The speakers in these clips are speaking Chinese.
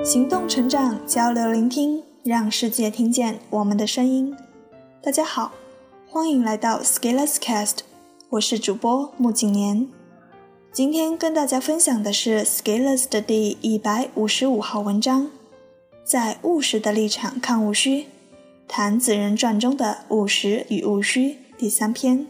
行动成长，交流聆听，让世界听见我们的声音。大家好，欢迎来到 Scalers Cast， 我是主播穆景年。今天跟大家分享的是 Scalers 的第155号文章，在务实的立场看务虚，谈子人传中的务实与务虚第3篇。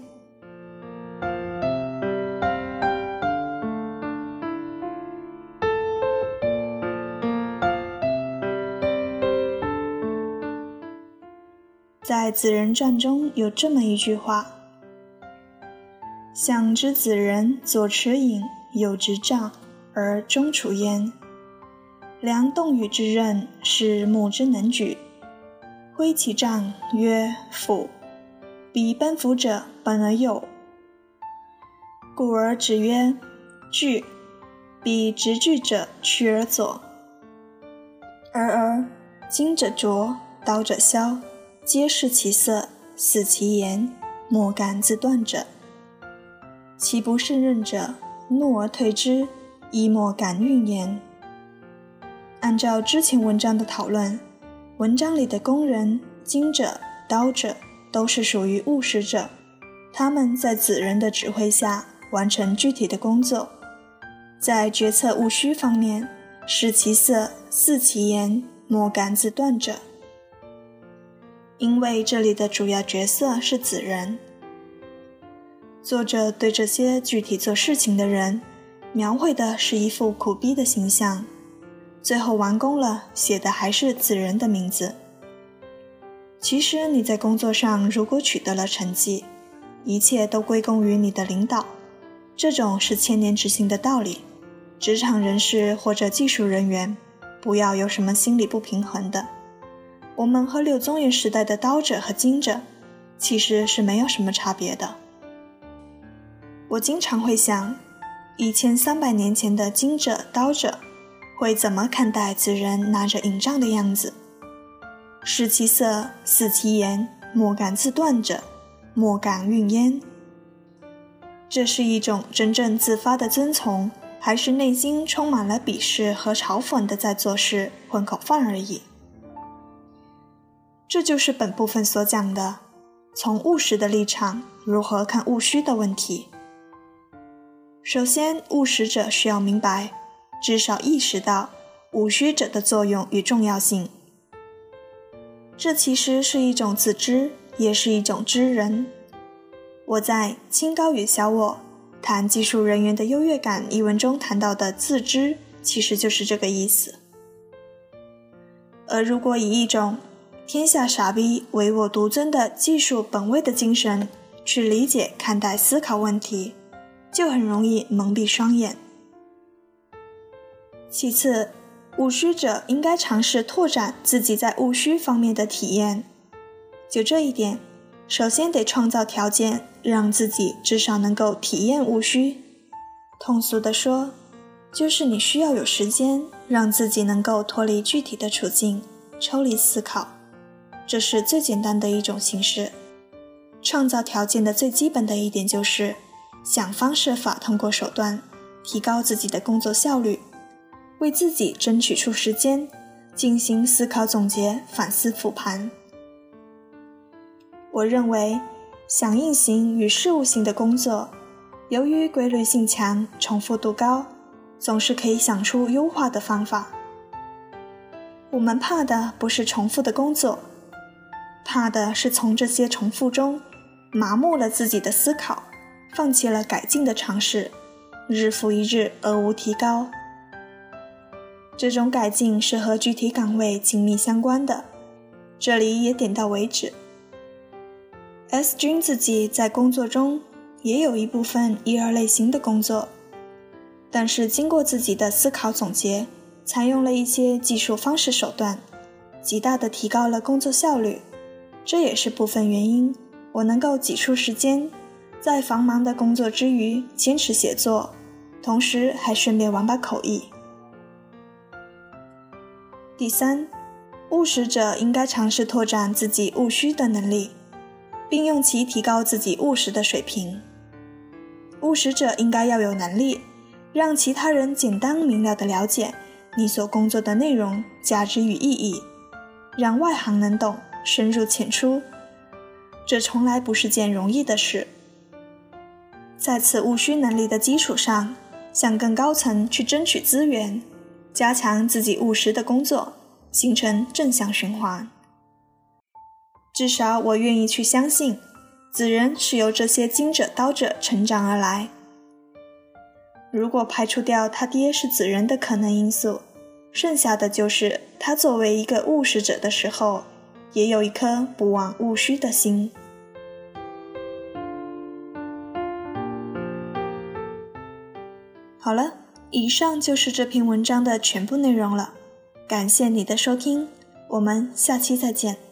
在子人传中有这么一句话：象之子人，左持隐，右执杖，而中处焉。量动与之刃，是木之能举。挥其杖，曰斧。彼奔弗者，本而右。故而指曰锯。彼执锯者，屈而左。而金者琢，刀者削，皆视其色，似其言，莫敢自断者。其不胜任者，怒而退之，亦莫敢运言。按照之前文章的讨论，文章里的工人、金者、刀者都是属于务实者，他们在子人的指挥下完成具体的工作。在决策务虚方面，视其色，似其言，莫敢自断者。因为这里的主要角色是子人，作者对这些具体做事情的人描绘的是一副苦逼的形象，最后完工了，写的还是子人的名字。其实你在工作上如果取得了成绩，一切都归功于你的领导，这种是千年执行的道理。职场人士或者技术人员不要有什么心理不平衡的，我们和柳宗元时代的刀者和金者其实是没有什么差别的。我经常会想，1300年前的金者、刀者会怎么看待子人拿着引杖的样子？视其色，似其言，莫敢自断者，莫敢运焉。这是一种真正自发的遵从，还是内心充满了鄙视和嘲讽的在做事，混口饭而已？这就是本部分所讲的，从务实的立场如何看务虚的问题。首先，务实者需要明白，至少意识到务虚者的作用与重要性。这其实是一种自知，也是一种知人。我在《清高与小我：谈技术人员的优越感》一文中谈到的自知，其实就是这个意思。而如果以一种天下傻逼唯我独尊的技术本位的精神去理解看待思考问题，就很容易蒙蔽双眼。其次，务虚者应该尝试拓展自己在务虚方面的体验。就这一点，首先得创造条件，让自己至少能够体验务虚。通俗地说，就是你需要有时间让自己能够脱离具体的处境，抽离思考。这是最简单的一种形式。创造条件的最基本的一点就是想方设法通过手段提高自己的工作效率，为自己争取出时间进行思考总结、反思复盘。我认为响应型与事务型的工作，由于规律性强、重复度高，总是可以想出优化的方法。我们怕的不是重复的工作，怕的是从这些重复中麻木了自己的思考，放弃了改进的尝试，日复一日而无提高。这种改进是和具体岗位紧密相关的，这里也点到为止。S 君自己在工作中也有一部分1、2类型的工作，但是经过自己的思考总结，采用了一些技术方式手段，极大地提高了工作效率。这也是部分原因，我能够挤出时间，在繁忙的工作之余坚持写作，同时还顺便玩把口译。第三，务实者应该尝试拓展自己务虚的能力，并用其提高自己务实的水平。务实者应该要有能力，让其他人简单明了地了解你所工作的内容、价值与意义，让外行能懂，深入浅出，这从来不是件容易的事。在此务虚能力的基础上，向更高层去争取资源，加强自己务实的工作，形成正向循环。至少我愿意去相信，子人是由这些经者刀者成长而来。如果排除掉他爹是子人的可能因素，剩下的就是他作为一个务实者的时候，也有一颗不忘务虚的心。好了，以上就是这篇文章的全部内容了，感谢你的收听，我们下期再见。